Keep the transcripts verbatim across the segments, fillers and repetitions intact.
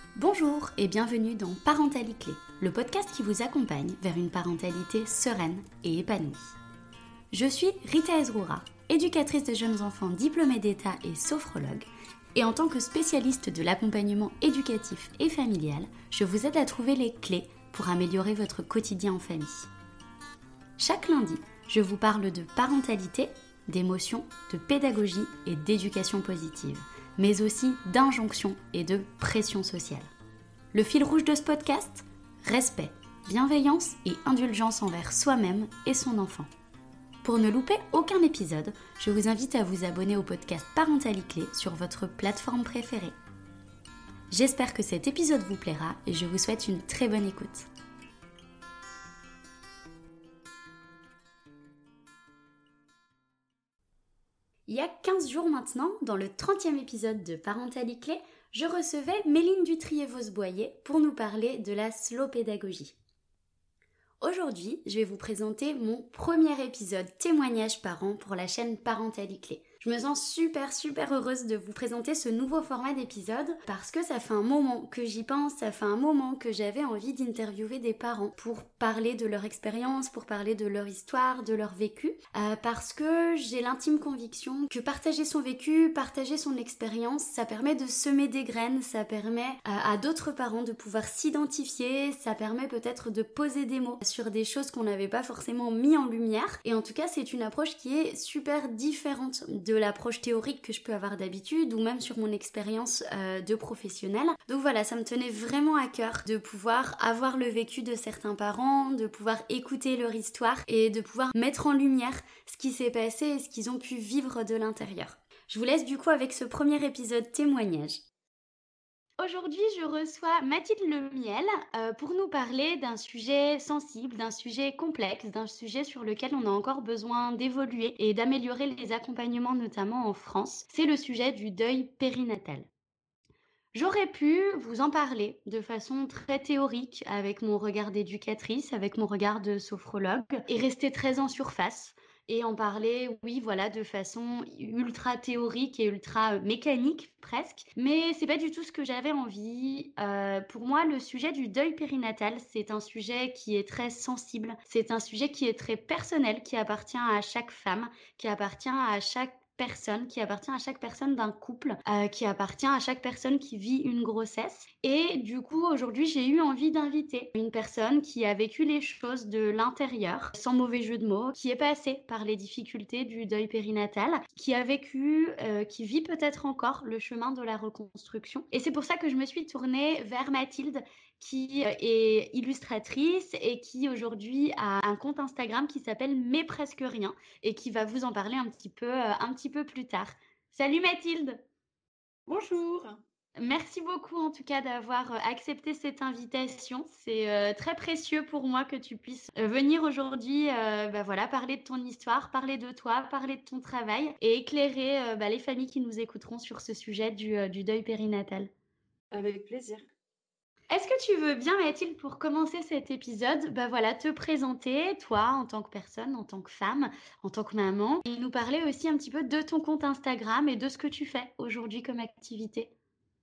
Bonjour et bienvenue dans Parentalité, le podcast qui vous accompagne vers une parentalité sereine et épanouie. Je suis Rita Ezroura, éducatrice de jeunes enfants diplômée d'État et sophrologue, et en tant que spécialiste de l'accompagnement éducatif et familial, je vous aide à trouver les clés pour améliorer votre quotidien en famille. Chaque lundi, je vous parle de parentalité, d'émotion, de pédagogie et d'éducation positive, mais aussi d'injonction et de pression sociale. Le fil rouge de ce podcast ? Respect, bienveillance et indulgence envers soi-même et son enfant. Pour ne louper aucun épisode, je vous invite à vous abonner au podcast Parentalité sur votre plateforme préférée. J'espère que cet épisode vous plaira et je vous souhaite une très bonne écoute. Il y a quinze jours maintenant, dans le trentième épisode de Parentalité, je recevais Méline Dutrier-Vosboyer pour nous parler de la slow pédagogie. Aujourd'hui, je vais vous présenter mon premier épisode témoignage parent pour la chaîne Parentalité. Je me sens super super heureuse de vous présenter ce nouveau format d'épisode parce que ça fait un moment que j'y pense, ça fait un moment que j'avais envie d'interviewer des parents pour parler de leur expérience, pour parler de leur histoire, de leur vécu, euh, parce que j'ai l'intime conviction que partager son vécu, partager son expérience, ça permet de semer des graines, ça permet euh, à d'autres parents de pouvoir s'identifier, ça permet peut-être de poser des mots sur des choses qu'on n'avait pas forcément mis en lumière, et en tout cas c'est une approche qui est super différente de de l'approche théorique que je peux avoir d'habitude ou même sur mon expérience euh, de professionnelle. Donc voilà, ça me tenait vraiment à cœur de pouvoir avoir le vécu de certains parents, de pouvoir écouter leur histoire et de pouvoir mettre en lumière ce qui s'est passé et ce qu'ils ont pu vivre de l'intérieur. Je vous laisse du coup avec ce premier épisode témoignage. Aujourd'hui, je reçois Mathilde Lemiel euh, pour nous parler d'un sujet sensible, d'un sujet complexe, d'un sujet sur lequel on a encore besoin d'évoluer et d'améliorer les accompagnements, notamment en France. C'est le sujet du deuil périnatal. J'aurais pu vous en parler de façon très théorique avec mon regard d'éducatrice, avec mon regard de sophrologue et rester très en surface. Et en parler, oui, voilà, de façon ultra théorique et ultra mécanique presque. Mais c'est pas du tout ce que j'avais envie. Euh, pour moi, le sujet du deuil périnatal, c'est un sujet qui est très sensible. C'est un sujet qui est très personnel, qui appartient à chaque femme, qui appartient à chaque personne, qui appartient à chaque personne d'un couple, euh, qui appartient à chaque personne qui vit une grossesse. Et du coup, aujourd'hui, j'ai eu envie d'inviter une personne qui a vécu les choses de l'intérieur, sans mauvais jeu de mots, qui est passée par les difficultés du deuil périnatal, qui a vécu, euh, qui vit peut-être encore le chemin de la reconstruction. Et c'est pour ça que je me suis tournée vers Mathilde, qui est illustratrice et qui aujourd'hui a un compte Instagram qui s'appelle Mais Presque Rien et qui va vous en parler un petit peu, euh, un petit peu plus tard. Salut Mathilde! Bonjour! Merci beaucoup en tout cas d'avoir euh, accepté cette invitation. C'est euh, très précieux pour moi que tu puisses euh, venir aujourd'hui euh, bah voilà, parler de ton histoire, parler de toi, parler de ton travail et éclairer euh, bah, les familles qui nous écouteront sur ce sujet du, euh, du deuil périnatal. Avec plaisir. Est-ce que tu veux bien, Mathilde, pour commencer cet épisode, bah voilà, te présenter, toi, en tant que personne, en tant que femme, en tant que maman, et nous parler aussi un petit peu de ton compte Instagram et de ce que tu fais aujourd'hui comme activité?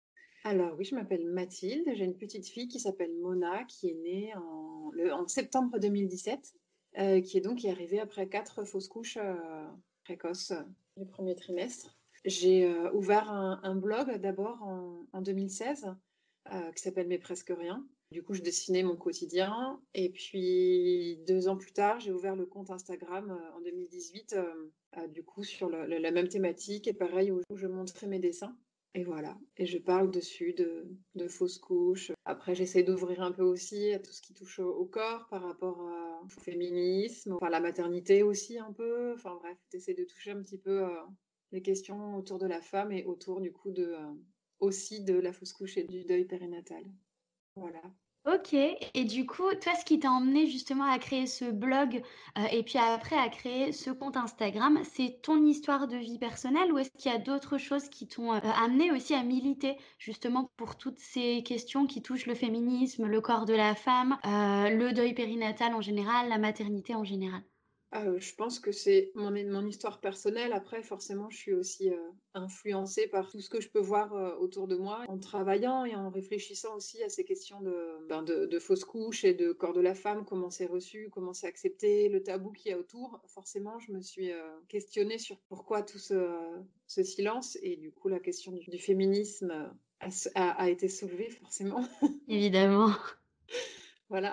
Alors oui, je m'appelle Mathilde, j'ai une petite fille qui s'appelle Mona, qui est née en, le, en septembre deux mille dix-sept, euh, qui est donc qui est arrivée après quatre fausses couches euh, précoces euh, du premier trimestre. J'ai euh, ouvert un, un blog d'abord en, en deux mille seize euh, qui s'appelle Mais Presque Rien. Du coup, je dessinais mon quotidien. Et puis, deux ans plus tard, j'ai ouvert le compte Instagram euh, en deux mille dix-huit, euh, euh, du coup, sur le, le, la même thématique. Et pareil, où, où je montrais mes dessins. Et voilà. Et je parle dessus de, de fausses couches. Après, j'essaie d'ouvrir un peu aussi à tout ce qui touche au, au corps par rapport à- au féminisme, enfin la maternité aussi un peu. Enfin bref, j'essaie de toucher un petit peu euh, les questions autour de la femme et autour du coup de, euh, aussi de la fausse couche et du deuil périnatal. Voilà. Ok, et du coup, toi, ce qui t'a emmené justement à créer ce blog euh, et puis après à créer ce compte Instagram, c'est ton histoire de vie personnelle ou est-ce qu'il y a d'autres choses qui t'ont euh, amené aussi à militer justement pour toutes ces questions qui touchent le féminisme, le corps de la femme, euh, le deuil périnatal en général, la maternité en général? Heu, je pense que c'est mon é mon histoire personnelle. Après, forcément, je suis aussi, heu, influencée par tout ce que je peux voir, heu, autour de moi, en travaillant et en réfléchissant aussi à ces questions de, ben, de de fausses couches et de corps de la femme, comment c'est reçu, comment c'est accepté, le tabou qu'il y a autour. Forcément, je me suis, heu, questionnée sur pourquoi tout ce ce silence et du coup, la question du du féminisme, heu, a s a a été soulevée forcément. Évidemment. Voilà.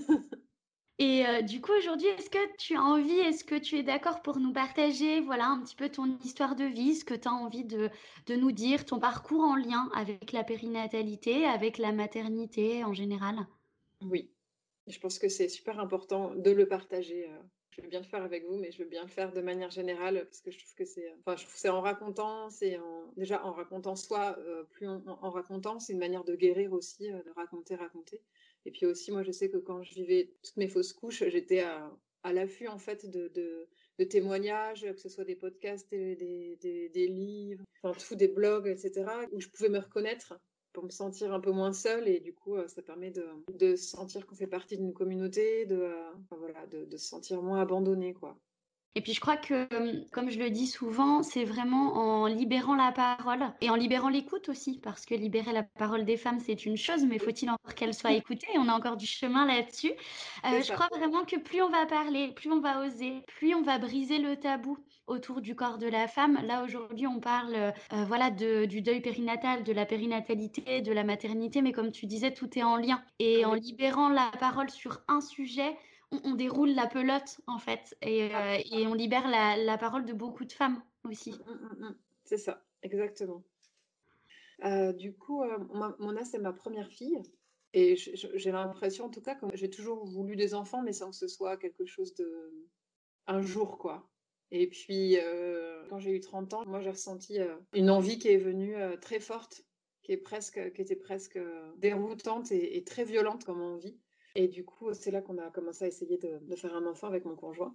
Et heu, du coup, aujourd'hui, est-ce que tu as envie, est-ce que tu es d'accord pour nous partager, voilà, un petit peu ton histoire de vie, ce que tu as envie de de nous dire, ton parcours en lien avec la périnatalité, avec la maternité en général? Oui. Je pense que c'est super important de le partager, heu, je veux bien le faire avec vous, mais je veux bien le faire de manière générale, parce que je trouve que c'est, heu, enfin, je trouve que c'est en racontant, c'est en déjà en racontant soi, heu, plus en en en racontant, c'est une manière de guérir aussi, heu, de raconter, raconter et puis aussi, moi, je sais que quand je vivais toutes mes fausses couches, j'étais à à l'affût, en fait, de de de témoignages, que ce soit des podcasts, des des des des livres, enfin tout, des blogs et cetera, où je pouvais me reconnaître pour me sentir un peu moins seule et du coup, heu, ça permet de de sentir qu'on fait partie d'une communauté, de, heu, enfin voilà, de de se sentir moins abandonné, quoi. Et puis je crois que, hem, comme je le dis souvent, c'est vraiment en libérant la parole et en libérant l'écoute aussi, parce que libérer la parole des femmes, c'est une chose, mais Oui, faut-il encore qu'elle soit écoutée? Et on a encore du chemin là-dessus. c'est Heu, je ça. crois vraiment que plus on va parler, plus on va oser, plus on va briser le tabou autour du corps de la femme. Là, aujourd'hui, on parle, heu heu, voilà, de du deuil périnatal, de la périnatalité, de la maternité, mais comme tu disais, tout est en lien et en Oui. libérant la parole sur un sujet, on on déroule la pelote, en fait et Ah. heu et on libère la la parole de beaucoup de femmes Mmh, aussi. mmh, mmh, mmh. C'est ça, exactement. Heu, du coup, heu, moi Mona, c'est ma première fille et je je j'ai l'impression, en tout cas, que j'ai toujours voulu des enfants, mais sans que ce soit quelque chose de un jour, quoi et puis, heu, quand j'ai eu trente ans, moi, j'ai ressenti, heu, une envie qui est venue, heu, très forte, qui est presque qui était presque, heu, déroutante et et très violente comme envie et du coup, c'est là qu'on a commencé à essayer de de faire un enfant avec mon conjoint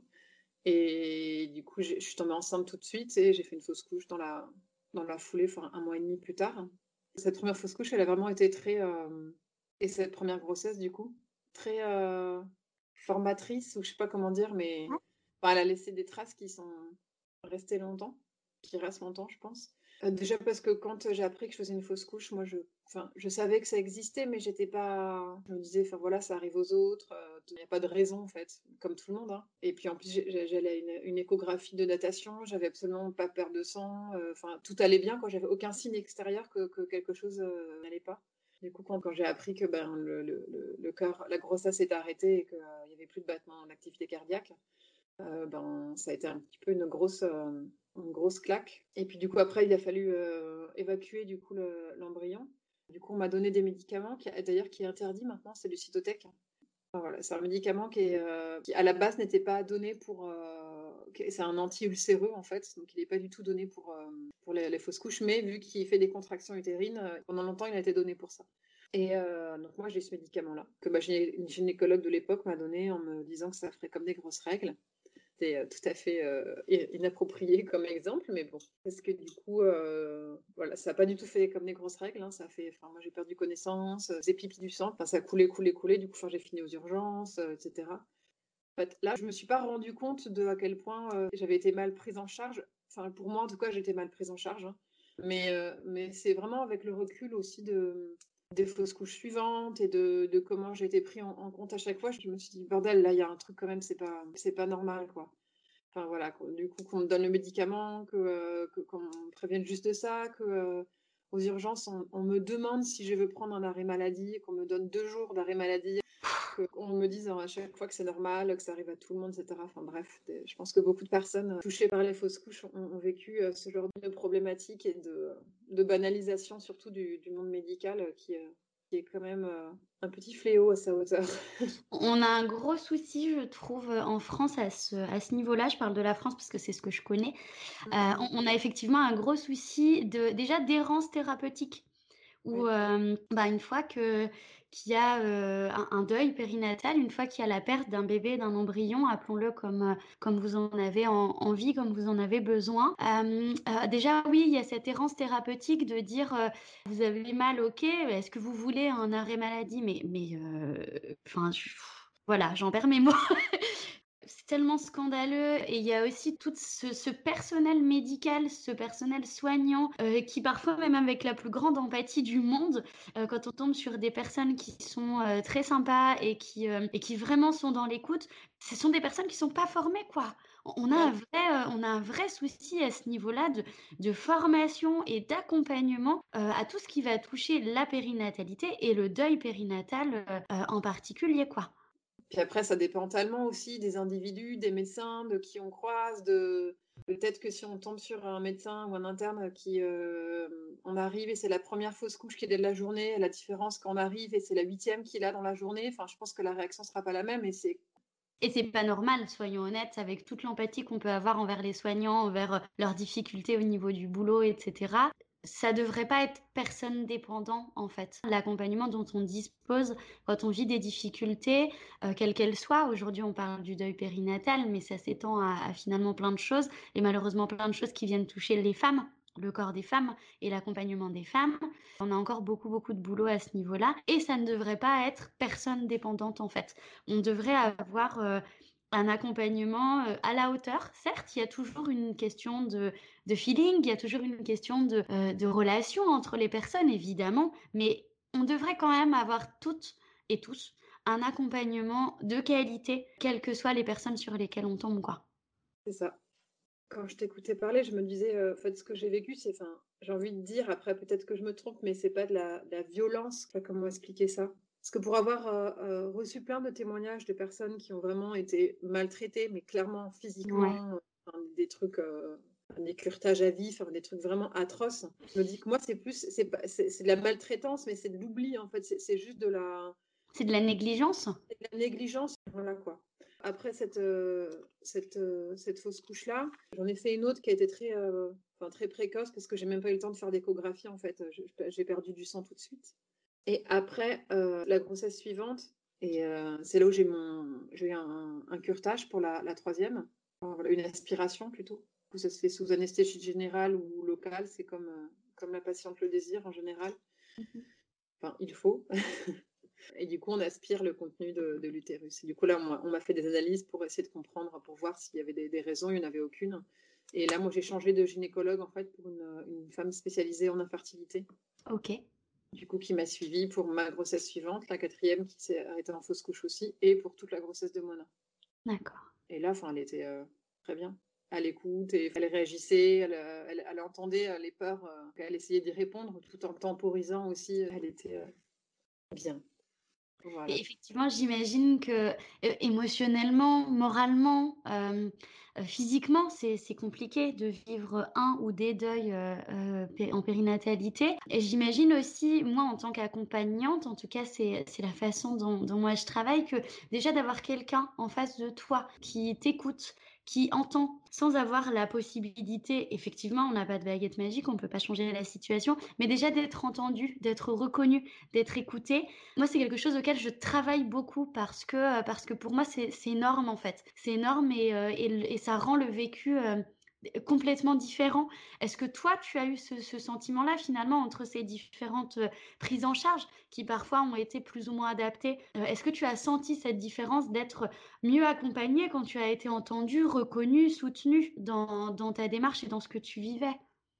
et du coup, j'ai je suis tombée enceinte tout de suite et j'ai fait une fausse couche dans la dans la foulée, enfin un mois et demi plus tard. Cette première fausse couche, elle a vraiment été très, hem et cette première grossesse, du coup, très, heu, formatrice ou je sais pas comment dire, mais enfin, elle a laissé des traces qui sont restées longtemps, qui restent longtemps, je pense. Heu, déjà parce que quand, j'ai appris que je faisais une fausse couche, moi je enfin, je savais que ça existait, mais j'étais pas je me disais: «Enfin voilà, ça arrive aux autres, il y a pas de raison en fait», comme tout le monde, hein et puis en plus, j'ai j'ai j'allais à une une échographie de natation, j'avais absolument pas peur de sang, heu, enfin tout allait bien quoi, j'avais aucun signe extérieur que que quelque chose, heu, n'allait pas. Du coup, quand quand j'ai appris que, ben, le le le le cœur la grossesse s'était arrêtée et qu'il y avait plus de battement d'activité cardiaque, heu, ben, ça a été un petit peu une grosse, hem, une grosse claque et puis du coup après il a fallu, heu, évacuer du coup le l'embryon. Du coup, on m'a donné des médicaments qui d'ailleurs qui est interdit maintenant, c'est du Cytotec. Enfin voilà, c'est un médicament qui est, heu, qui à la base n'était pas donné pour, heu, qui c'est un anti-ulcéreux en fait, donc il est pas du tout donné pour, hem, pour les les fausses couches, mais vu qu'il fait des contractions utérines, heu, pendant longtemps il a été donné pour ça et heu, donc moi j'ai ce médicament-là que ma gyné une gynécologue de l'époque m'a donné en me disant que ça ferait comme des grosses règles. C'est, heu, tout à fait, heu, i inapproprié comme exemple, mais bon. Parce que du coup, heu, voilà, ça a pas du tout fait comme des grosses règles, hein, ça a fait enfin moi j'ai perdu connaissance, heu, j'ai pipi du sang, enfin ça coulait, coulait, coulait, du coup, enfin j'ai fini aux urgences, heu, et cetera. En fait, là, je me suis pas rendu compte de à quel point, heu, j'avais été mal prise en charge. Enfin pour moi en tout cas, j'ai été mal prise en charge, hein. Mais, heu, mais c'est vraiment avec le recul aussi de des fausses couches suivantes et de de comment j'ai été pris en en compte à chaque fois, je me suis dit: «Bordel, là, il y a un truc quand même, c'est pas c'est pas normal, quoi». Enfin voilà, qu'on du coup, qu'on me donne le médicament, que, heu, que qu'on me prévienne juste de ça, que, heu, aux urgences, on on me demande si je veux prendre un arrêt maladie, qu'on me donne deux jours d'arrêt maladie, que qu'on me dise à chaque fois que c'est normal, que ça arrive à tout le monde, et cetera. Enfin bref, des je pense que beaucoup de personnes, heu, touchées par les fausses couches ont ont vécu, heu, ce genre de problématiques et de de banalisation surtout du du monde médical, heu, qui, heu, qui est quand même, heu, un petit fléau à sa hauteur. On a un gros souci, je trouve, heu, en France à ce à ce niveau-là. Je parle de la France parce que c'est ce que je connais. Mmh Heu, mh, mmh. on on a effectivement un gros souci de déjà d'errance thérapeutique. Ou, Oui. hem, bah, une fois que qu'il y a, heu, un un deuil périnatal, une fois qu'il y a la perte d'un bébé, d'un embryon, appelons-le comme, heu, comme vous en avez en envie, comme vous en avez besoin. Hem, heu, déjà oui, il y a cette errance thérapeutique de dire, heu: «Vous avez mal, OK, est-ce que vous voulez un arrêt maladie?» mais mais, heu, enfin, je voilà, j'en perds mes mots. C'est tellement scandaleux et il y a aussi tout ce ce personnel médical, ce personnel soignant, heu, qui parfois même avec la plus grande empathie du monde, heu, quand on tombe sur des personnes qui sont, heu, très sympas et qui, hem et qui vraiment sont dans l'écoute, ce sont des personnes qui sont pas formées, quoi. On on a Bah un non. vrai, heu, on a un vrai souci à ce niveau-là de de formation et d'accompagnement, heu, à tout ce qui va toucher la périnatalité et le deuil périnatal, heu heu, en particulier, quoi. Puis après, ça dépend tellement aussi des individus, des médecins, de qui on croise, de peut-être que si on tombe sur un médecin ou un interne qui, heu, on arrive et c'est la première fausse couche qu'il est de la journée, la différence quand on arrive et c'est la huitième qu'il a dans la journée, enfin, je pense que la réaction sera pas la même et c'est Et c'est pas normal, soyons honnêtes, avec toute l'empathie qu'on peut avoir envers les soignants, envers, heu, leurs difficultés au niveau du boulot et cetera. Ça devrait pas être personne dépendant, en fait. L'accompagnement dont on dispose quand on vit des difficultés, heu, quelles qu'elles soient. Aujourd'hui, on parle du deuil périnatal, mais ça s'étend à à finalement plein de choses et malheureusement plein de choses qui viennent toucher les femmes, le corps des femmes et l'accompagnement des femmes. On a encore beaucoup, beaucoup de boulot à ce niveau-là et ça ne devrait pas être personne dépendante, en fait. On devrait avoir, heu, un accompagnement, heu, à la hauteur. Certes, il y a toujours une question de de feeling, il y a toujours une question de, heu, de relation entre les personnes évidemment, mais on devrait quand même avoir toutes et tous un accompagnement de qualité, quelles que soient les personnes sur lesquelles on tombe, quoi. c'est ça. Quand je t'écoutais parler, je me disais, heu, en fait, ce que j'ai vécu, c'est enfin, j'ai envie de dire, après peut-être que je me trompe, mais c'est pas de la de la violence, je sais pas comment expliquer ça. Parce que pour avoir, heu heu, reçu plein de témoignages de personnes qui ont vraiment été maltraitées, mais clairement Ouais. physiquement, enfin des trucs, heu, des curetages à vif, enfin des trucs vraiment atroces. Je me dis que moi, c'est plus c'est pas c'est c'est de la maltraitance, mais c'est de l'oubli, en fait. C'est c'est juste de la C'est de la négligence? c'est de la négligence, voilà quoi. Après cette, heu, cette, heu, cette fausse couche-là, j'en ai fait une autre qui a été très, heu, enfin très précoce parce que j'ai même pas eu le temps de faire d'échographie en fait, je j'ai perdu du sang tout de suite et après, heu, la grossesse suivante et heu, c'est là où j'ai mon j'ai eu un un curetage pour la la troisième, enfin voilà, une aspiration plutôt. Du coup, ça se fait sous anesthésie générale ou locale, c'est comme, heu, comme la patiente le désire en général. Mmh mh. Enfin, il faut. Et du coup, on aspire le contenu de, de l'utérus. Et du coup, là, on m'a on m'a fait des analyses pour essayer de comprendre, pour voir s'il y avait des, des raisons. Il n'y en avait aucune. Et là, moi, j'ai changé de gynécologue, en fait, pour une, une femme spécialisée en infertilité. OK, Du coup, qui m'a suivie pour ma grossesse suivante, la quatrième qui s'est arrêtée en fausse couche aussi, et pour toute la grossesse de Mona. d'accord. Et là, enfin, elle était euh, très bien. À l'écoute, et elle réagissait, elle, euh, elle, elle entendait euh, les peurs, euh, elle essayait d'y répondre tout en temporisant aussi. Elle était euh, bien. Et Voilà. effectivement, j'imagine que, heu, émotionnellement, moralement, hem, heu, physiquement, c'est c'est compliqué de vivre un ou des deuils, heu heu, pé en périnatalité et j'imagine aussi, moi, en tant qu'accompagnante, en tout cas, c'est c'est la façon dont dont moi je travaille, que déjà d'avoir quelqu'un en face de toi qui t'écoute, qui entend, sans avoir la possibilité effectivement, on n'a pas de baguette magique, on peut pas changer la situation, mais déjà d'être entendu, d'être reconnu, d'être écouté, moi, c'est quelque chose auquel je travaille beaucoup parce que, heu, parce que pour moi, c'est c'est énorme, en fait. C'est énorme et heu et l et ça rend le vécu, hem, complètement différent. Est-ce que toi, tu as eu ce ce sentiment-là, finalement, entre ces différentes, heu, prises en charge qui, parfois, ont été plus ou moins adaptées? Heu, est-ce que tu as senti cette différence d'être mieux accompagnée quand tu as été entendue, reconnue, soutenue dans dans ta démarche et dans ce que tu vivais?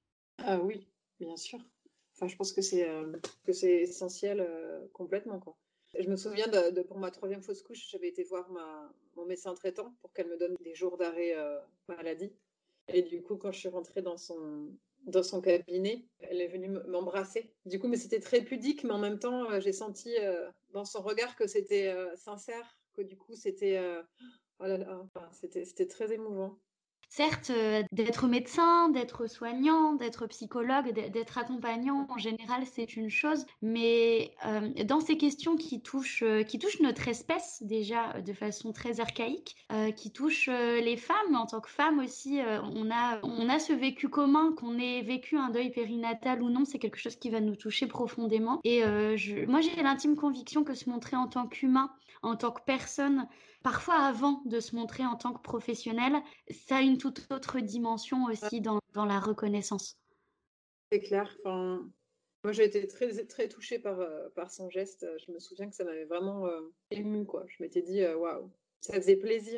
Ah oui, bien sûr. Enfin, je pense que c'est, hem, que c'est essentiel, heu, complètement, quoi. Je me souviens de de pour ma troisième fausse couche, j'avais été voir ma mon médecin traitant pour qu'elle me donne des jours d'arrêt, heu, maladie et du coup, quand je suis rentrée dans son dans son cabinet, elle est venue me m'embrasser. Du coup, mais c'était très pudique, mais en même temps, heu, j'ai senti, heu, dans son regard que c'était, heu, sincère, que du coup, c'était, heu, oh là là, enfin, c'était c'était très émouvant. Certes, heu, d'être médecin, d'être soignant, d'être psychologue, d'ê d'être accompagnant en général, c'est une chose, mais, hem, dans ces questions qui touchent, heu, qui touchent notre espèce déjà, heu, de façon très archaïque, heu, qui touchent, heu, les femmes en tant que femmes aussi, heu, on a on a ce vécu commun, qu'on ait vécu un deuil périnatal ou non, c'est quelque chose qui va nous toucher profondément et heu, je moi j'ai l'intime conviction que se montrer en tant qu'humain, en tant que personne, parfois avant de se montrer en tant que professionnel, ça a une toute autre dimension aussi dans dans la reconnaissance. C'est clair, enfin, moi j'ai été très très touchée par, heu, par son geste, je me souviens que ça m'avait vraiment, heu, émue quoi. Je m'étais dit, heu: «Waouh!» Ça faisait plaisir.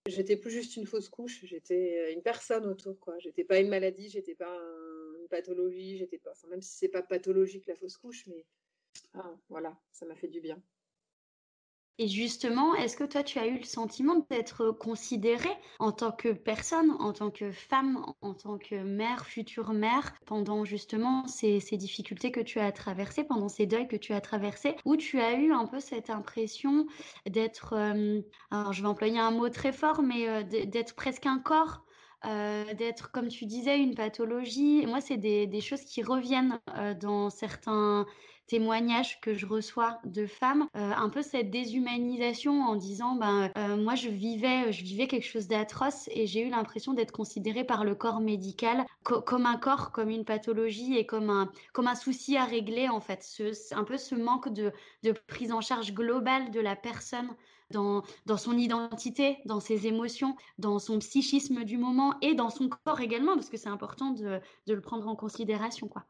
J'étais plus juste une fausse couche, j'étais une personne autour, quoi. J'étais pas une maladie, j'étais pas un- une pathologie, j'étais pas, enfin, même si c'est pas pathologique la fausse couche, mais ah, voilà, ça m'a fait du bien. Et justement, est-ce que toi, tu as eu le sentiment d'être considérée en tant que personne, en tant que femme, en tant que mère, future mère, pendant justement ces, ces difficultés que tu as traversées, pendant ces deuils que tu as traversés, où tu as eu un peu cette impression d'être, euh, alors je vais employer un mot très fort, mais euh, d- d'être presque un corps, euh, d'être, comme tu disais, une pathologie. Moi, c'est des, des choses qui reviennent euh, dans certains témoignages que je reçois de femmes, euh, un peu cette déshumanisation en disant ben euh, moi je vivais je vivais quelque chose d'atroce et j'ai eu l'impression d'être considérée par le corps médical co- comme un corps, comme une pathologie et comme un comme un souci à régler en fait. Ce, c'est un peu ce manque de de prise en charge globale de la personne dans dans son identité, dans ses émotions, dans son psychisme du moment et dans son corps également parce que c'est important de de le prendre en considération quoi.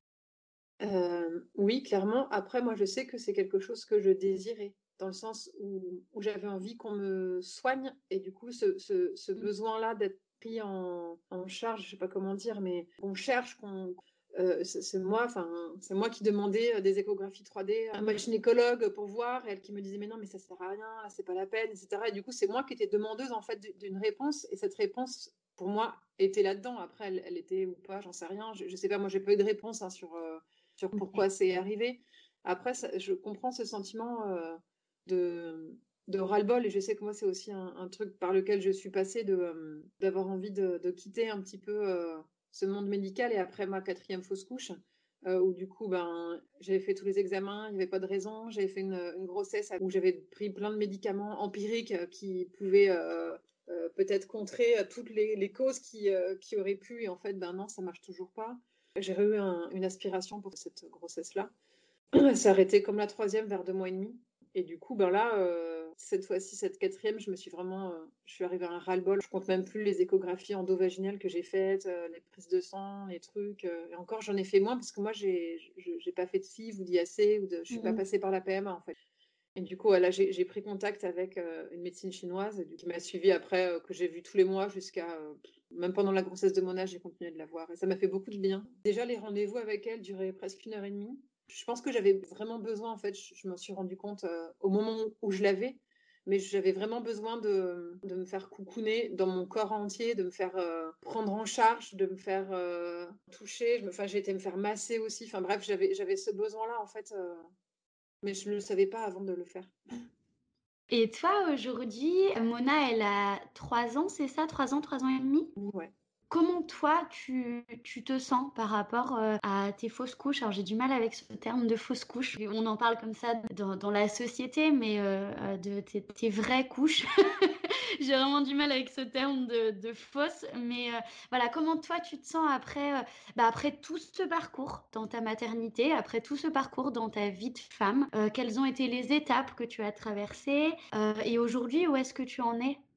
Euh, oui, clairement. Après, moi, je sais que c'est quelque chose que je désirais, dans le sens où, où j'avais envie qu'on me soigne, et du coup, ce, ce, ce besoin-là d'être pris en, en charge, je sais pas comment dire, mais qu'on cherche, qu'on, euh, c'est c'est moi, enfin, c'est moi qui demandais euh, des échographies trois D à ma gynécologue pour voir, et elle qui me disait, mais non, mais ça sert à rien, là, c'est pas la peine, et cetera. Et du coup, c'est moi qui étais demandeuse, en fait, d'une réponse, et cette réponse, pour moi, était là-dedans. Après, elle, elle était ou pas, j'en sais rien. Je, je sais pas, moi, j'ai pas eu de réponse hein, sur. Euh, sur Ok. pourquoi c'est arrivé. Après, ça, je comprends ce sentiment euh, de, de ras-le-bol et je sais que moi, c'est aussi un, un truc par lequel je suis passée de, euh, d'avoir envie de, de quitter un petit peu euh, ce monde médical et après ma quatrième fausse couche. Euh, où du coup, ben, j'avais fait tous les examens, il n'y avait pas de raison. J'avais fait une, une grossesse où j'avais pris plein de médicaments empiriques euh, qui pouvaient euh, euh, peut-être contrer euh, toutes les, les causes qui, euh, qui auraient pu. Et en fait, ben non, ça marche toujours pas. J'ai eu un- une aspiration pour cette grossesse-là. Elle s'est arrêtée comme la troisième vers deux mois et demi. Et du coup, ben là, euh, cette fois-ci, cette quatrième, je me suis vraiment, euh, je suis arrivée à un ras-le-bol. Je compte même plus les échographies endovaginales que j'ai faites, euh, les prises de sang, les trucs. euh, et encore, j'en ai fait moins parce que moi, j'ai, je- j'ai pas fait de F I V ou d'I A C ou de, je suis pas Mhm. passée par la P M A en fait. Et du coup, là, j'ai j'ai pris contact avec euh, une médecine chinoise et du- qui m'a suivie après, euh, que j'ai vue tous les mois jusqu'à. Euh, même pendant la grossesse de Mona, j'ai continué de la voir. Et ça m'a fait beaucoup de bien. Déjà, les rendez-vous avec elle duraient presque une heure et demie. Je pense que j'avais vraiment besoin, en fait, je, je m'en suis rendu compte euh, au moment où je l'avais, mais j'avais vraiment besoin de, de me faire coucouner dans mon corps entier, de me faire euh, prendre en charge, de me faire euh, toucher. Je me, enfin, j'ai été me faire masser aussi. Enfin bref, j'avais, j'avais ce besoin-là, en fait. Euh, mais je ne le savais pas avant de le faire. Et toi, aujourd'hui, Mona, elle a trois ans, c'est ça? Trois ans, trois ans et demi? Ouais. Comment toi, tu, tu te sens par rapport euh, à tes fausses couches? Alors, j'ai du mal avec ce terme de fausse couche. On en parle comme ça dans, dans la société, mais euh, euh, de tes, tes vraies couches. J'ai vraiment du mal avec ce terme de, de fausse. Mais euh, voilà, comment toi, tu te sens après, euh, bah, après tout ce parcours dans ta maternité, après tout ce parcours dans ta vie de femme? Euh, quelles ont été les étapes que tu as traversées? Euh, et aujourd'hui, où est-ce que tu en es?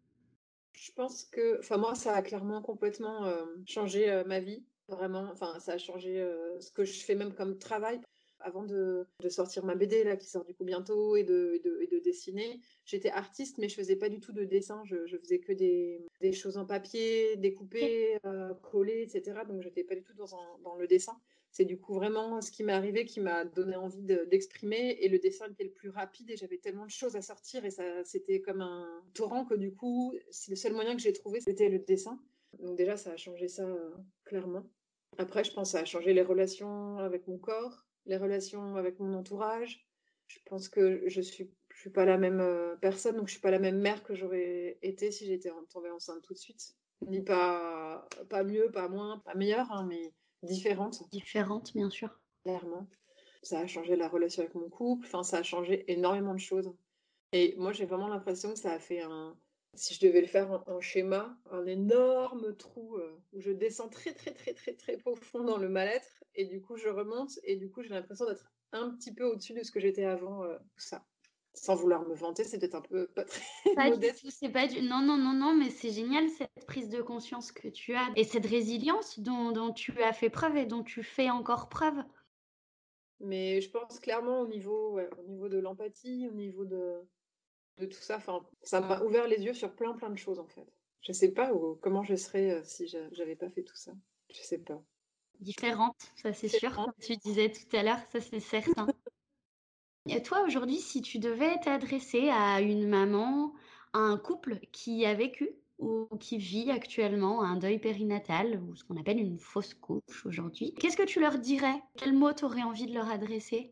Je pense que, enfin moi, ça a clairement complètement euh, changé euh, ma vie, vraiment. Enfin, ça a changé euh, ce que je fais même comme travail. Avant de, de sortir ma B D là, qui sort du coup bientôt et de, et de, et de dessiner, j'étais artiste, mais je faisais pas du tout de dessin. Je, je faisais que des, des choses en papier, Ok. découpées, euh, collées, et cetera. Donc j'étais pas du tout dans, un- dans le dessin. C'est du coup vraiment ce qui m'est arrivé qui m'a donné envie de- d'exprimer. Et le dessin était le plus rapide et j'avais tellement de choses à sortir et ça, c'était comme un torrent que du coup, c'est le seul moyen que j'ai trouvé, c'était le dessin. Donc déjà, ça a changé ça euh, clairement. Après, je pense que ça a changé les relations avec mon corps, les relations avec mon entourage. Je pense que je suis, je suis pas la même euh, personne, donc je suis pas la même mère que j'aurais été si j'étais tombée enceinte tout de suite. Ni pas, pas mieux, pas moins, pas meilleure, hein, mais différente, Différente, bien sûr. clairement. Ça a changé la relation avec mon couple, enfin, ça a changé énormément de choses. Et moi, j'ai vraiment l'impression que ça a fait un, si je devais le faire en, en schéma, un énorme trou euh, où je descends très, très, très, très, très profond dans le mal-être. Et du coup, je remonte. Et du coup, j'ai l'impression d'être un petit peu au-dessus de ce que j'étais avant euh, tout ça. Sans vouloir me vanter, c'est peut-être un peu pas très Pas du modeste. tout, c'est pas du... Non, non, non, non, mais c'est génial cette prise de conscience que tu as et cette résilience dont, dont tu as fait preuve et dont tu fais encore preuve. Mais je pense clairement au niveau, ouais, au niveau de l'empathie, au niveau de, de tout ça. Enfin, ça m'a ouvert les yeux sur plein, plein de choses, en fait. Je sais pas où, comment je serais euh, si j'a- j'avais pas fait tout ça. Je sais pas. Différente, ça c'est C'est sûr, vraiment- comme tu disais tout à l'heure, ça c'est certain. Et toi, aujourd'hui, si tu devais t'adresser à une maman, à un couple qui a vécu ou qui vit actuellement un deuil périnatal ou ce qu'on appelle une fausse couche aujourd'hui, qu'est-ce que tu leur dirais? Quel mot tu aurais envie de leur adresser?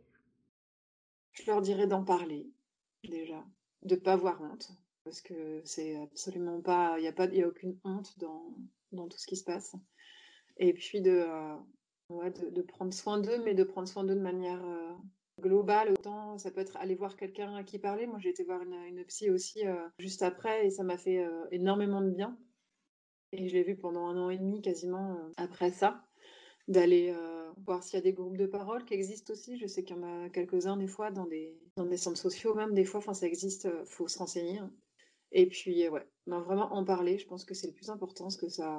Je leur dirais d'en parler, déjà, de pas avoir honte, parce que c'est absolument pas, il y a pas, il y a aucune honte dans, dans tout ce qui se passe. Et puis de, euh, ouais, de, de prendre soin d'eux, mais de prendre soin d'eux de manière euh, globale. Autant ça peut être aller voir quelqu'un à qui parler. Moi, j'ai été voir une, une psy aussi euh, juste après et ça m'a fait euh, énormément de bien. Et je l'ai vu pendant un an et demi quasiment euh, après ça, d'aller euh, voir s'il y a des groupes de parole qui existent aussi. Je sais qu'il y en a quelques-uns des fois dans des, dans des centres sociaux même. Des fois, enfin, ça existe, euh, faut se renseigner, hein. Et puis, euh, ouais, non, vraiment en parler, je pense que c'est le plus important, parce que ça,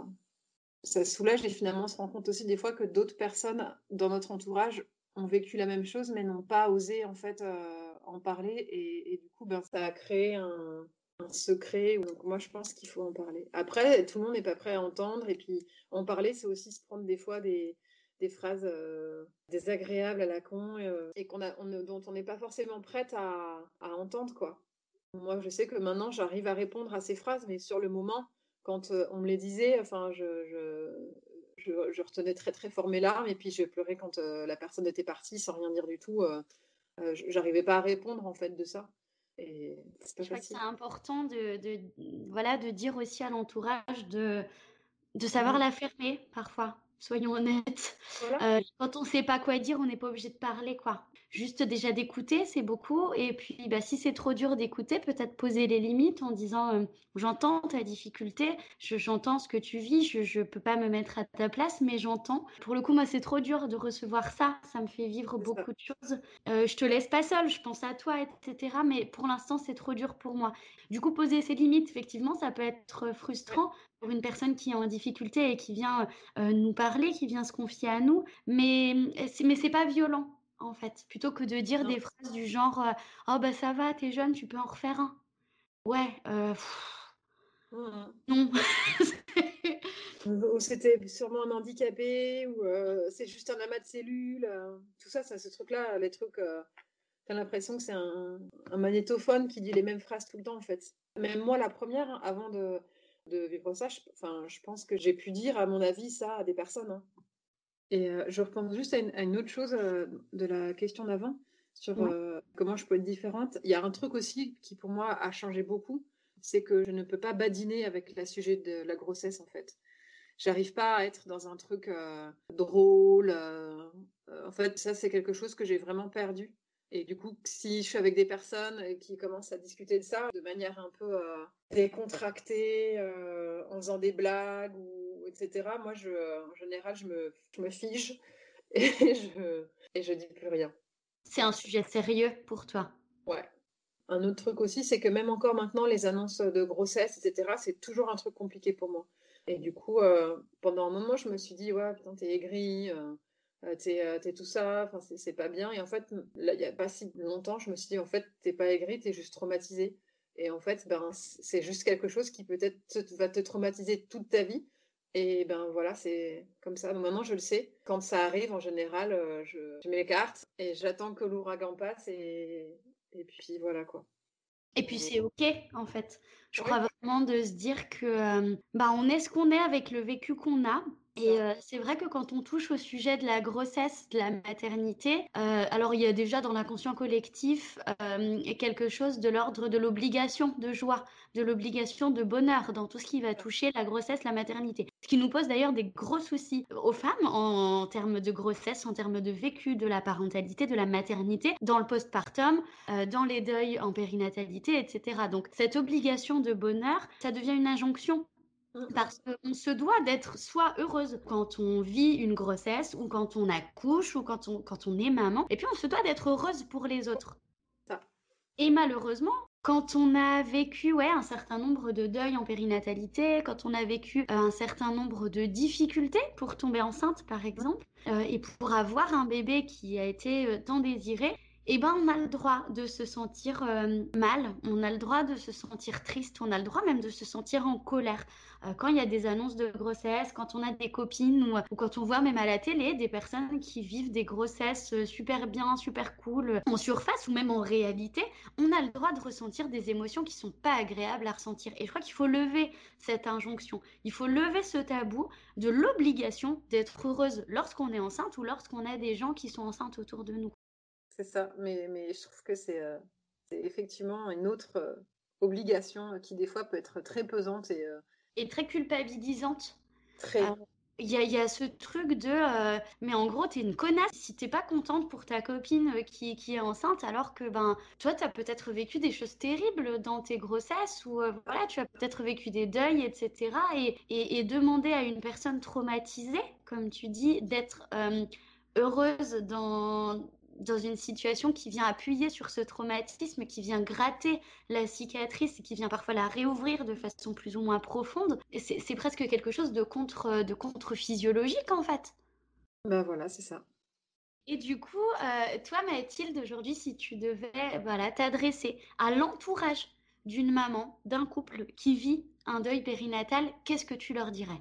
ça soulage et finalement on se rend compte aussi des fois que d'autres personnes dans notre entourage ont vécu la même chose mais n'ont pas osé en fait euh, en parler et, et du coup ben, ça a créé un, un secret. Donc moi je pense qu'il faut en parler. Après tout le monde n'est pas prêt à entendre et puis en parler c'est aussi se prendre des fois des, des phrases euh, désagréables à la con euh, et qu'on a, on, dont on n'est pas forcément prête à, à entendre quoi. Moi je sais que maintenant j'arrive à répondre à ces phrases mais sur le moment quand euh, on me les disait, enfin, je, je, je, je retenais très très fort mes larmes et puis je pleurais quand euh, la personne était partie sans rien dire du tout. Euh, euh, j'arrivais pas à répondre en fait de ça. Et c'est pas Je crois que c'est facile. important de, de, voilà, de dire aussi à l'entourage de, de savoir Mhm. la fermer parfois. Soyons honnêtes. Voilà. Euh, quand on sait pas quoi dire, on n'est pas obligé de parler, quoi. Juste déjà d'écouter, c'est beaucoup. Et puis, bah, si c'est trop dur d'écouter, peut-être poser les limites en disant euh, j'entends ta difficulté, je- j'entends ce que tu vis, je, je peux pas me mettre à ta place, mais j'entends. Pour le coup, moi, c'est trop dur de recevoir ça. Ça me fait vivre C'est ça. beaucoup de choses. Euh, je te laisse pas seule, je pense à toi, et cetera. Mais pour l'instant, c'est trop dur pour moi. Du coup, poser ses limites, effectivement, ça peut être Ouais, frustrant pour une personne qui est en difficulté et qui vient euh, nous parler, qui vient se confier à nous, mais c'est, mais c'est pas violent en fait. Plutôt que de dire non. des phrases du genre euh, oh bah ça va, t'es jeune, tu peux en refaire un. Ouais, euh, pff, Mhm. non. Ou c'était sûrement un handicapé, ou euh, c'est juste un amas de cellules. Euh, tout ça, ça, ce truc-là, les trucs, euh, t'as l'impression que c'est un, un magnétophone qui dit les mêmes phrases tout le temps, en fait. Même moi, la première, hein, avant de, de vivre ça, je, enfin, je pense que j'ai pu dire, à mon avis, ça à des personnes, hein. Et euh, je repense juste à une, à une autre chose euh, de la question d'avant, sur Ouais. euh, comment je peux être différente. Il y a un truc aussi qui, pour moi, a changé beaucoup, c'est que je ne peux pas badiner avec le sujet de la grossesse, en fait. J'arrive pas à être dans un truc euh, drôle. Euh, euh, en fait, ça, c'est quelque chose que j'ai vraiment perdu. Et du coup, si je suis avec des personnes euh, qui commencent à discuter de ça de manière un peu euh, décontractée, euh, en faisant des blagues, ou, et cetera, moi, je, en général, je me, je me fige et je, et je dis plus rien. C'est un sujet sérieux pour toi. Ouais. Un autre truc aussi, c'est que même encore maintenant, les annonces de grossesse, et cetera, c'est toujours un truc compliqué pour moi. Et du coup, euh, pendant un moment, je me suis dit, ouais, putain, t'es aigri, euh, euh, t'es, euh, t'es tout ça, enfin, c'est c'est pas bien. Et en fait, là, il y a pas si longtemps, je me suis dit, en fait, t'es pas aigri, t'es juste traumatisé. Et en fait, ben, c'est juste quelque chose qui peut-être te- va te traumatiser toute ta vie. Et ben voilà, c'est comme ça. Donc maintenant, je le sais. Quand ça arrive, en général, euh, je, je m'écarte et j'attends que l'ouragan passe et, et puis voilà quoi. Et puis Mais c'est ok en fait. Je ouais, crois vraiment de se dire que euh, bah on est ce qu'on est avec le vécu qu'on a. Et ça. euh, c'est vrai que quand on touche au sujet de la grossesse, de la maternité, euh, alors il y a déjà dans l'inconscient collectif euh, quelque chose de l'ordre de l'obligation de joie, de l'obligation de bonheur dans tout ce qui va toucher la grossesse, la maternité. Ce qui nous pose d'ailleurs des gros soucis aux femmes en, en termes de grossesse, en termes de vécu de la parentalité, de la maternité, dans le postpartum, euh, dans les deuils en périnatalité, et cetera. Donc cette obligation de bonheur, ça devient une injonction. Mm, mm, Parce qu'on se doit d'être soit heureuse quand on vit une grossesse ou quand on accouche ou quand on, quand on est maman. Et puis on se doit d'être heureuse pour les autres. ça. Et malheureusement, quand on a vécu ouais, un certain nombre de deuils en périnatalité, quand on a vécu euh, un certain nombre de difficultés pour tomber enceinte, par Mm, exemple, euh, et pour avoir un bébé qui a été euh, tant désiré, Eh ben, on a le droit de se sentir, hem, mal, on a le droit de se sentir triste, on a le droit même de se sentir en colère. Heu, quand il y a des annonces de grossesse, quand on a des copines ou, ou quand on voit même à la télé des personnes qui vivent des grossesses, heu, super bien, super cool, heu, en surface ou même en réalité, on a le droit de ressentir des émotions qui sont pas agréables à ressentir et je crois qu'il faut lever cette injonction. Il faut lever ce tabou de l'obligation d'être heureuse lorsqu'on est enceinte ou lorsqu'on a des gens qui sont enceintes autour de nous. C'est ça, mais mais je trouve que c'est, heu, c'est effectivement une autre, heu, obligation, heu, qui des fois peut être très pesante et heu, Et très culpabilisante. Heu, très il y a il y a ce truc de, heu, mais en gros, tu es une connasse si tu es pas contente pour ta copine, heu, qui qui est enceinte alors que, ben, toi, tu as peut-être vécu des choses terribles dans tes grossesses ou, heu, voilà, tu as peut-être vécu des deuils et cetera et et et demander à une personne traumatisée, comme tu dis, d'être, hem, heureuse dans dans une situation qui vient appuyer sur ce traumatisme, qui vient gratter la cicatrice et qui vient parfois la réouvrir de façon plus ou moins profonde. Et c'est, c'est presque quelque chose de contre, de contre-physiologique en fait. bah, voilà, c'est ça. Et du coup, euh, toi Mathilde, aujourd'hui, si tu devais voilà, t'adresser à l'entourage d'une maman, d'un couple qui vit un deuil périnatal, qu'est-ce que tu leur dirais?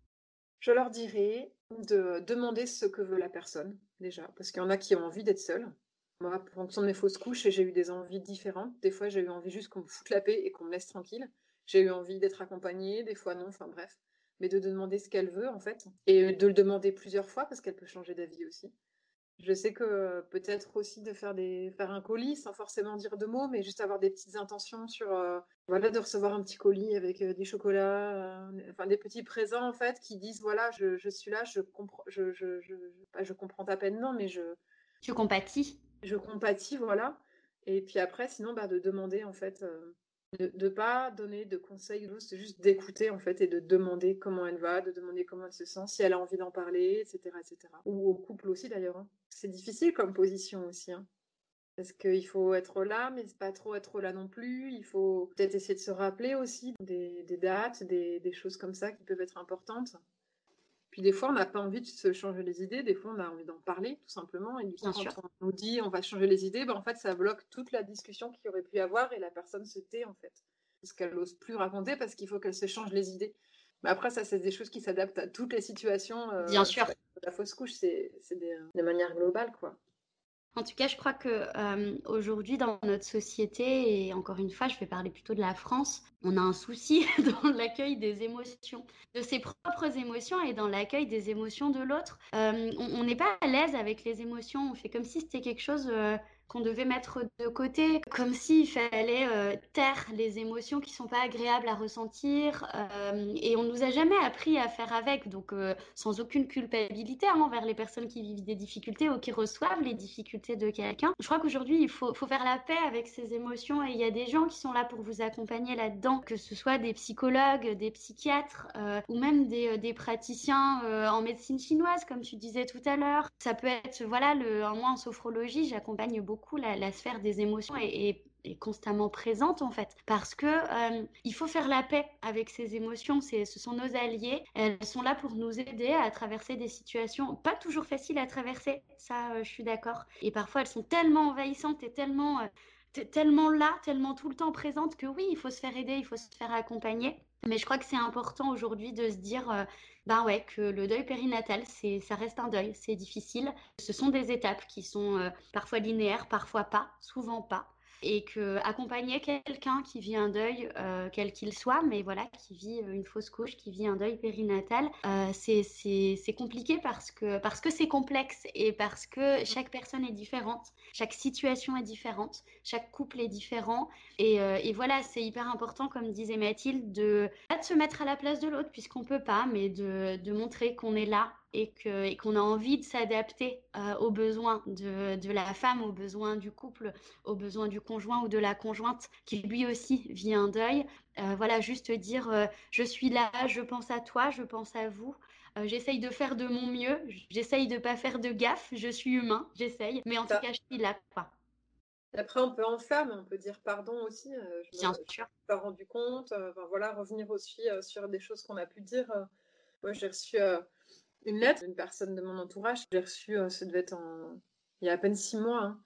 Je leur dirais de demander ce que veut la personne, déjà, parce qu'il y en a qui ont envie d'être seuls. Moi, en fonction de mes fausses couches, j'ai eu des envies différentes. Des fois, j'ai eu envie juste qu'on me foute la paix et qu'on me laisse tranquille. J'ai eu envie d'être accompagnée, des fois non, enfin bref. Mais de demander ce qu'elle veut, en fait. Et de le demander plusieurs fois, parce qu'elle peut changer d'avis aussi. Je sais que peut-être aussi de faire des faire un colis sans forcément dire de mots, mais juste avoir des petites intentions sur, heu, voilà, de recevoir un petit colis avec, heu, des chocolats, heu, enfin des petits présents en fait qui disent: «Voilà, je je suis là, je comprends je je je je pas je comprends ta peine, non, mais je Tu compatis? je compatis», voilà. Et puis après sinon, bah, de demander en fait, heu, de de pas donner de conseils, juste juste d'écouter en fait et de demander comment elle va, de demander comment elle se sent, si elle a envie d'en parler et cetera et cetera. Ou au couple aussi d'ailleurs, hein. C'est difficile comme position aussi, hein. Parce qu'il faut être là, mais c'est pas trop être là non plus. Il faut peut-être essayer de se rappeler aussi des des dates, des des choses comme ça qui peuvent être importantes. Puis des fois, on n'a pas envie de se changer les idées, des fois on a envie d'en parler tout simplement et Bien sûr. quand on nous dit: «On va changer les idées», bah, en fait, ça bloque toute la discussion qu'il y aurait pu y avoir et la personne se tait, en fait. Parce qu'elle ose plus raconter parce qu'il faut qu'elle se change les idées. Mais après ça, c'est des choses qui s'adaptent à toutes les situations, Bien heu, c'est sûr. pas que la fausse couche, c'est c'est des, des manières globales, quoi. En tout cas, je crois que euh, aujourd'hui, dans notre société, et encore une fois, je vais parler plutôt de la France, on a un souci dans l'accueil des émotions, de ses propres émotions et dans l'accueil des émotions de l'autre. Euh, on on n'est pas à l'aise avec les émotions. On fait comme si c'était quelque chose euh, qu'on devait mettre de côté, comme s'il fallait euh, taire les émotions qui sont pas agréables à ressentir. Euh, et on nous a jamais appris à faire avec, donc euh, sans aucune culpabilité hein, envers les personnes qui vivent des difficultés ou qui reçoivent les difficultés de quelqu'un. Je crois qu'aujourd'hui, il faut, faut faire la paix avec ces émotions et il y a des gens qui sont là pour vous accompagner là-dedans, que ce soit des psychologues, des psychiatres euh, ou même des, des praticiens euh, en médecine chinoise, comme tu disais tout à l'heure. Ça peut être, voilà, le, moi en sophrologie, j'accompagne beaucoup la, la sphère des émotions et, et est constamment présente en fait parce que euh, il faut faire la paix avec ces émotions, c'est, ce sont nos alliés, elles sont là pour nous aider à traverser des situations pas toujours faciles à traverser, ça euh, je suis d'accord, et parfois elles sont tellement envahissantes et tellement euh, tellement là, tellement tout le temps présentes que oui, il faut se faire aider, il faut se faire accompagner. Mais je crois que c'est important aujourd'hui de se dire, euh, ben ouais, que le deuil périnatal, c'est, ça reste un deuil, c'est difficile. Ce sont des étapes qui sont euh, parfois linéaires, parfois pas, souvent pas. Et que accompagner quelqu'un qui vit un deuil, euh, quel qu'il soit, mais voilà, qui vit une fausse couche, qui vit un deuil périnatal, euh, c'est, c'est, c'est compliqué parce que, parce que c'est complexe et parce que chaque personne est différente, chaque situation est différente, chaque couple est différent. Et, euh, et voilà, c'est hyper important, comme disait Mathilde, de pas de se mettre à la place de l'autre, puisqu'on peut pas, mais de, de montrer qu'on est là et que, et qu'on a envie de s'adapter euh, aux besoins de, de la femme, aux besoins du couple, aux besoins du conjoint ou de la conjointe qui lui aussi vit un deuil. Euh, voilà, juste dire euh, je suis là, je pense à toi, je pense à vous. Euh, j'essaye de faire de mon mieux, j'essaye de pas faire de gaffe, je suis humain, j'essaye, mais en tout Ça. cas, je suis là, quoi. Après, on peut en faire, mais on peut dire pardon aussi. Euh, je me Bien je me sûr. suis pas rendu compte. Euh, enfin, voilà, revenir aussi euh, sur des choses qu'on a pu dire. Euh, moi, j'ai reçu euh, une lettre d'une personne de mon entourage. J'ai reçu, euh, ça devait être en... il y a à peine six mois, hein.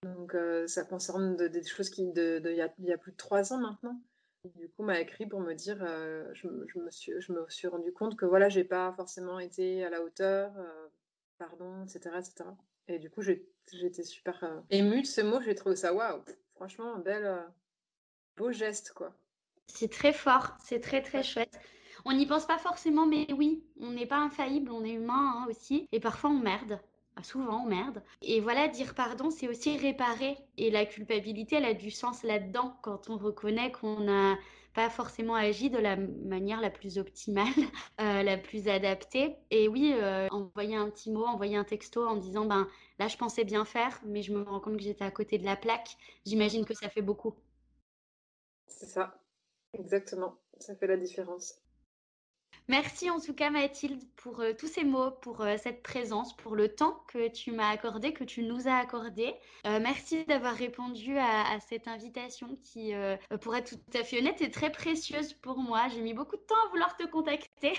Donc euh, ça concerne de, des choses qui de, de, il y a, il y a plus de trois ans maintenant. Et du coup, m'a écrit pour me dire, euh, je, je, me suis, je me suis rendu compte que voilà, j'ai pas forcément été à la hauteur, euh, pardon, et cetera, et cetera. Et du coup, j'ai, j'étais super euh, émue de ce mot. J'ai trouvé ça waouh, franchement, un bel, euh, beau geste, quoi. C'est très fort, c'est très très Ouais. chouette. On n'y pense pas forcément, mais oui, on n'est pas infaillible, on est humain hein, aussi. Et parfois on merde. Ah, souvent on merde. Et voilà, dire pardon, c'est aussi réparer. Et la culpabilité, elle a du sens là-dedans quand on reconnaît qu'on n'a pas forcément agi de la manière la plus optimale, euh, la plus adaptée. Et oui, euh, envoyer un petit mot, envoyer un texto en disant, ben là je pensais bien faire, mais je me rends compte que j'étais à côté de la plaque. J'imagine que ça fait beaucoup. C'est ça, exactement. Ça fait la différence. Merci en tout cas Mathilde pour euh, tous ces mots, pour euh, cette présence, pour le temps que tu m'as accordé, que tu nous as accordé. Euh, merci d'avoir répondu à, à cette invitation qui, euh, pour être tout à fait honnête, est très précieuse pour moi. J'ai mis beaucoup de temps à vouloir te contacter.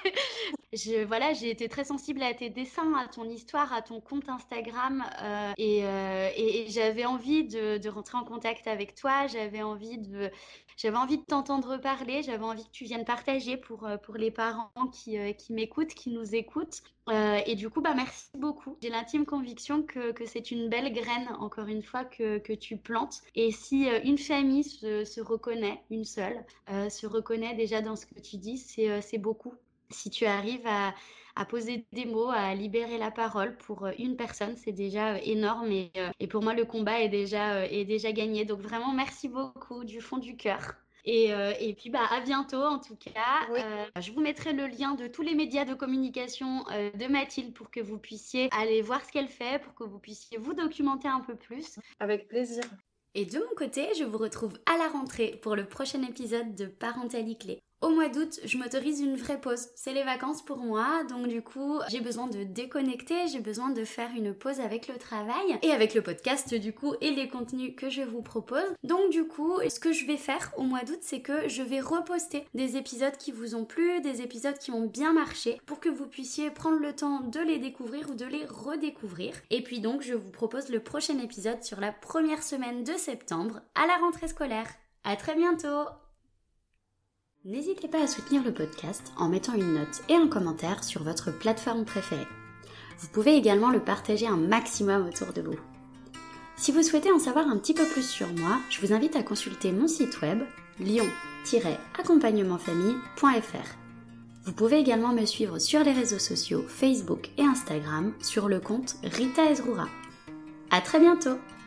Je, voilà, j'ai été très sensible à tes dessins, à ton histoire, à ton compte Instagram euh, et, euh, et, et j'avais envie de, de rentrer en contact avec toi. J'avais envie de, j'avais envie de t'entendre parler. J'avais envie que tu viennes partager pour, euh, pour les parents qui, euh, qui m'écoutent, qui nous écoutent. Euh, et du coup, bah, merci beaucoup. J'ai l'intime conviction que, que c'est une belle graine, encore une fois, que, que tu plantes. Et si euh, une famille se, se reconnaît, une seule, euh, se reconnaît déjà dans ce que tu dis, c'est euh, c'est beaucoup. Si tu arrives à, à poser des mots, à libérer la parole pour une personne, c'est déjà énorme. Et, euh, et pour moi, le combat est déjà, euh, est déjà gagné. Donc vraiment, merci beaucoup du fond du cœur. Et, euh, et puis bah, à bientôt en tout cas. Oui, Euh, je vous mettrai le lien de tous les médias de communication euh, de Mathilde pour que vous puissiez aller voir ce qu'elle fait, pour que vous puissiez vous documenter un peu plus. avec plaisir. Et de mon côté, je vous retrouve à la rentrée pour le prochain épisode de Parentalité. Au mois d'août, je m'autorise une vraie pause. C'est les vacances pour moi, donc du coup, j'ai besoin de déconnecter, j'ai besoin de faire une pause avec le travail et avec le podcast du coup et les contenus que je vous propose. Donc du coup, ce que je vais faire au mois d'août, c'est que je vais reposter des épisodes qui vous ont plu, des épisodes qui ont bien marché pour que vous puissiez prendre le temps de les découvrir ou de les redécouvrir. Et puis donc, je vous propose le prochain épisode sur la première semaine de septembre à la rentrée scolaire. À très bientôt! N'hésitez pas à soutenir le podcast en mettant une note et un commentaire sur votre plateforme préférée. Vous pouvez également le partager un maximum autour de vous. Si vous souhaitez en savoir un petit peu plus sur moi, je vous invite à consulter mon site web lion tiret accompagnement famille point f r. Vous pouvez également me suivre sur les réseaux sociaux Facebook et Instagram sur le compte Rita Ezroura. À très bientôt!